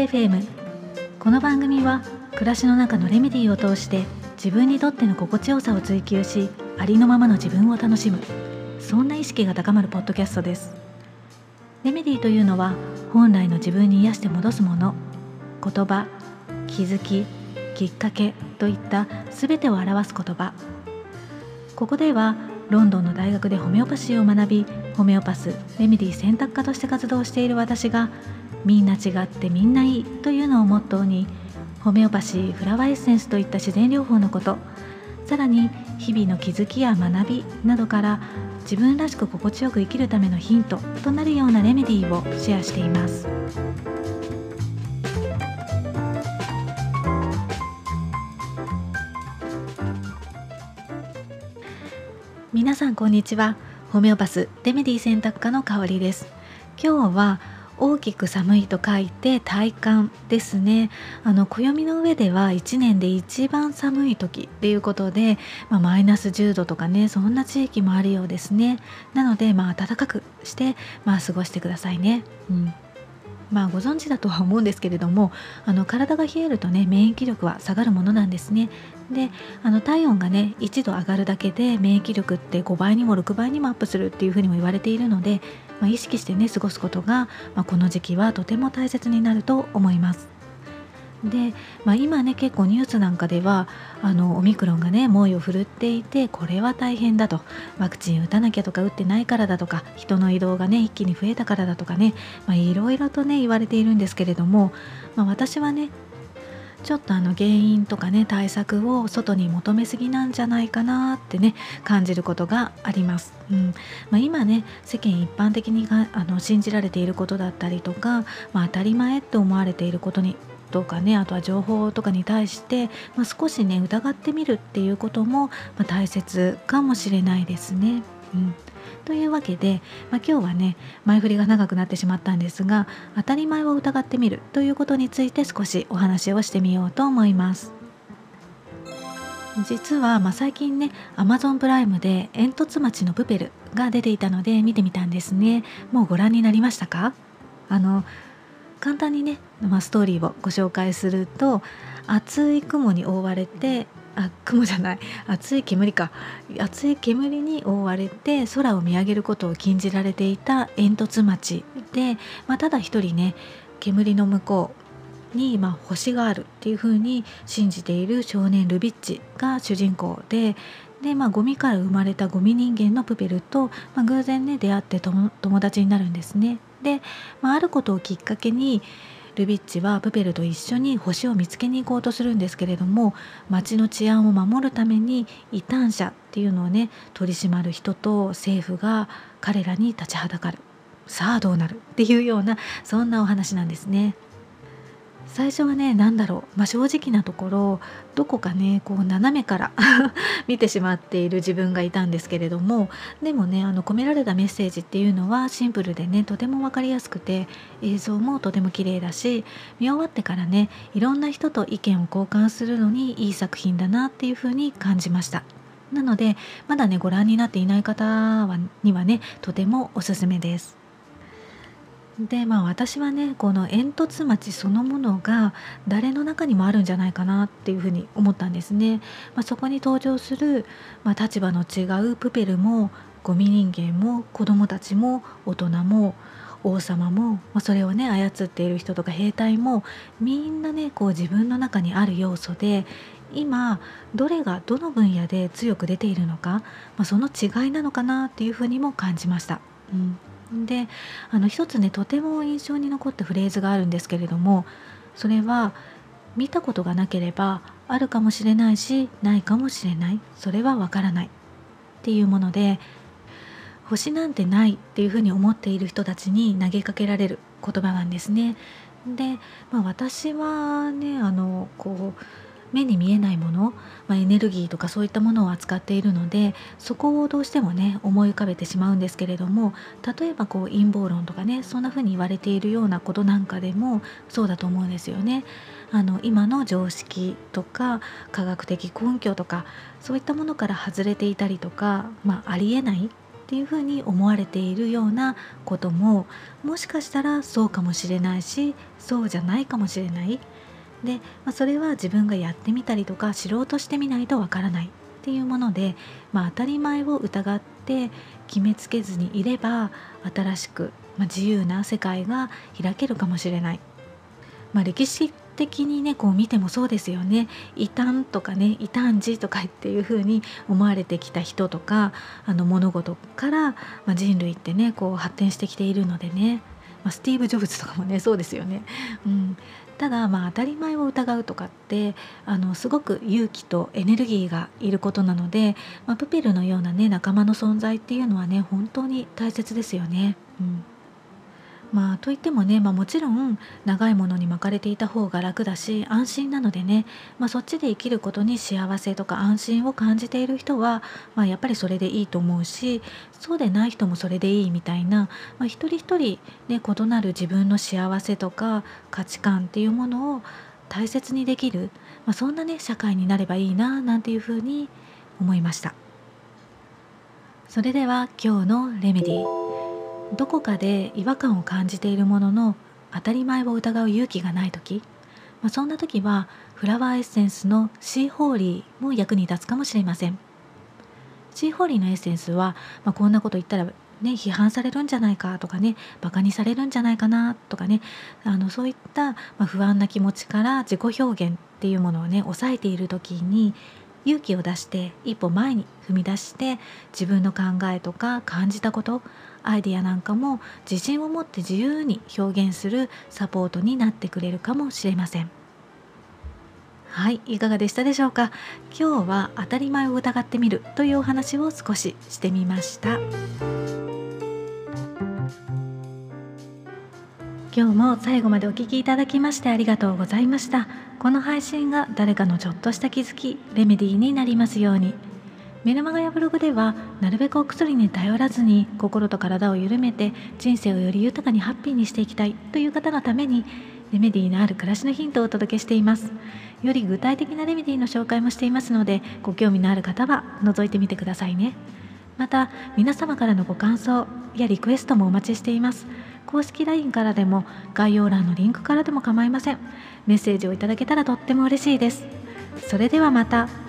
FM。 この番組は暮らしの中のレメディを通して自分にとっての心地よさを追求し、ありのままの自分を楽しむ、そんな意識が高まるポッドキャストです。レメディというのは本来の自分に癒して戻すもの、言葉、気づき、きっかけといった全てを表す言葉。ここではロンドンの大学でホメオパシーを学び、ホメオパス、レメディ選択科として活動している私が、みんな違ってみんないいというのをモットーに、ホメオパシー、フラワーエッセンスといった自然療法のこと、さらに日々の気づきや学びなどから自分らしく心地よく生きるためのヒントとなるようなレメディをシェアしています。皆さんこんにちは。ホメオパスレメディ選択科の香りです。今日は大きく寒いと書いて体感ですね。暦の上では1年で一番寒い時っていうことで、マイナス10度とかね、そんな地域もあるようですね。なので暖かくして過ごしてくださいね。ご存知だとは思うんですけれども、体が冷えるとね、免疫力は下がるものなんですね。で、体温がね1度上がるだけで免疫力って5倍にも6倍にもアップするっていうふうにも言われているので、意識してね過ごすことが、この時期はとても大切になると思います。で、今ね結構ニュースなんかではオミクロンがね猛威を振るっていて、これは大変だと、ワクチン打たなきゃとか打ってないからだとか、人の移動がね一気に増えたからだとかね、いろいろとね言われているんですけれども、私はねちょっと原因とかね対策を外に求めすぎなんじゃないかなってね感じることがあります。今ね世間一般的に信じられていることだったりとか、当たり前って思われていることにとかね、あとは情報とかに対して、少しね疑ってみるっていうことも、大切かもしれないですね。というわけで、今日はね前振りが長くなってしまったんですが、当たり前を疑ってみるということについて少しお話をしてみようと思います。実は、最近ね Amazon プライムで煙突町のプペルが出ていたので見てみたんですね。もうご覧になりましたか？簡単にね、ストーリーをご紹介すると、厚い雲に覆われて、雲じゃない、厚い煙か、厚い煙に覆われて空を見上げることを禁じられていた煙突町で、ただ一人ね煙の向こうに、星があるっていう風に信じている少年ルビッチが主人公で、ゴミから生まれたゴミ人間のプペルと、偶然ね出会って友達になるんですね。で、あることをきっかけにルビッチはプペルと一緒に星を見つけに行こうとするんですけれども、町の治安を守るために異端者っていうのをね取り締まる人と政府が彼らに立ちはだかる。さあどうなるっていうような、そんなお話なんですね。最初はね正直なところ、どこかね斜めから見てしまっている自分がいたんですけれども、でもね込められたメッセージっていうのはシンプルでね、とても分かりやすくて、映像もとても綺麗だし、見終わってからねいろんな人と意見を交換するのにいい作品だなっていうふうに感じました。なのでまだねご覧になっていない方にはねとてもおすすめです。で、私はねこの煙突町そのものが誰の中にもあるんじゃないかなっていうふうに思ったんですね。そこに登場する、立場の違うプペルもゴミ人間も子供たちも大人も王様も、それをね操っている人とか兵隊も、みんなね自分の中にある要素で、今どれがどの分野で強く出ているのか、その違いなのかなっていうふうにも感じました。で、一つねとても印象に残ったフレーズがあるんですけれども、それは見たことがなければあるかもしれないしないかもしれない、それはわからないっていうもので、星なんてないっていうふうに思っている人たちに投げかけられる言葉なんですね。で、私はね目に見えないもの、エネルギーとかそういったものを扱っているので、そこをどうしてもね思い浮かべてしまうんですけれども、例えば陰謀論とかね、そんな風に言われているようなことなんかでもそうだと思うんですよね。今の常識とか科学的根拠とかそういったものから外れていたりとか、ありえないっっていうふうに思われているようなことも、もしかしたらそうかもしれないし、そうじゃないかもしれない。で、それは自分がやってみたりとか知ろうとしてみないとわからないっていうもので、当たり前を疑って決めつけずにいれば、新しく、自由な世界が開けるかもしれない。歴史的にねこう見てもそうですよね。異端とかね異端児とかっていう風に思われてきた人とか物事から、人類ってねこう発展してきているのでね、スティーブ・ジョブズとかもねそうですよね。ただ当たり前を疑うとかってすごく勇気とエネルギーがいることなので、プペルのようなね仲間の存在っていうのはね本当に大切ですよね。といってもね、もちろん長いものに巻かれていた方が楽だし安心なのでね、そっちで生きることに幸せとか安心を感じている人は、やっぱりそれでいいと思うし、そうでない人もそれでいいみたいな、一人一人、ね、異なる自分の幸せとか価値観っていうものを大切にできる、そんなね社会になればいいななんていうふうに思いました。それでは今日のレメディー。どこかで違和感を感じているものの当たり前を疑う勇気がない時、そんな時はフラワーエッセンスのシーホーリーも役に立つかもしれません。シーホーリーのエッセンスは、こんなこと言ったらね批判されるんじゃないかとかね、バカにされるんじゃないかなとかね、そういった、不安な気持ちから自己表現っていうものをね抑えている時に勇気を出して一歩前に踏み出して、自分の考えとか感じたことアイディアなんかも自信を持って自由に表現するサポートになってくれるかもしれません。はい、いかがでしたでしょうか。今日は当たり前を疑ってみるというお話を少ししてみました。今日も最後までお聞きいただきましてありがとうございました。この配信が誰かのちょっとした気づき、レメディーになりますように。メルマガやブログではなるべくお薬に頼らずに心と体を緩めて人生をより豊かにハッピーにしていきたいという方のためにレメディーのある暮らしのヒントをお届けしています。より具体的なレメディーの紹介もしていますので、ご興味のある方は覗いてみてくださいね。また皆様からのご感想やリクエストもお待ちしています。公式 LINE からでも概要欄のリンクからでも構いません。メッセージをいただけたらとっても嬉しいです。それではまた。